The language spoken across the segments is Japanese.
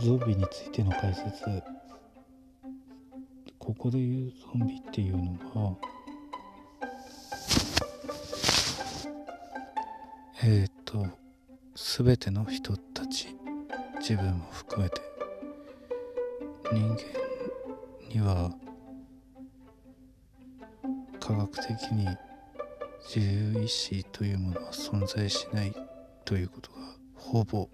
ゾンビについての解説。ここで言うゾンビっていうのは全ての人たち、自分も含めて、人間には科学的に自由意志というものは存在しないということがほぼ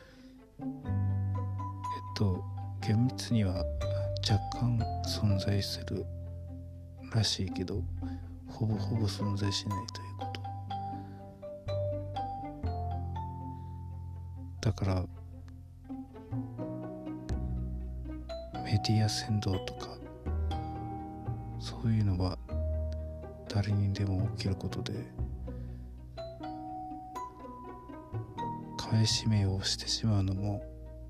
厳密には若干存在するらしいけど、ほぼほぼ存在しないということだから、メディア扇動とかそういうのは誰にでも起きることで、買い占めをしてしまうのも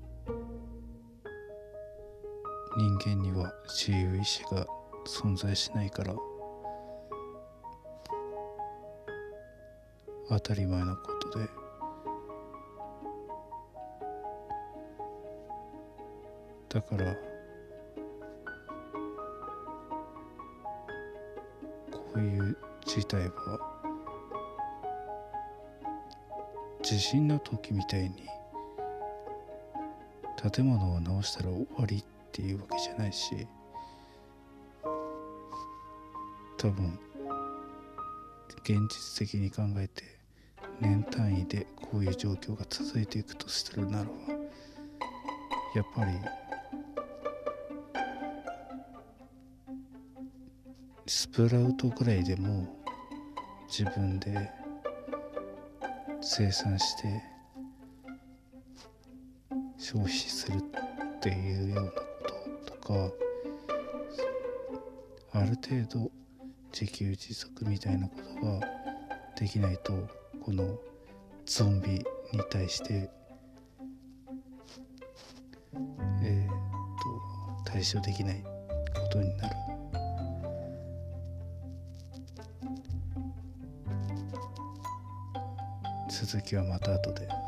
人間には自由意志が存在しないから当たり前のことで、だからこういう事態は地震の時みたいに建物を直したら終わりっていうわけじゃないし、多分現実的に考えて年単位でこういう状況が続いていくとするならば、やっぱりスプラウトぐらいでも自分で生産して消費するっていうようなこととか、ある程度自給自足みたいなことができないと、このゾンビに対して対処できないことになる。続きはまた後で。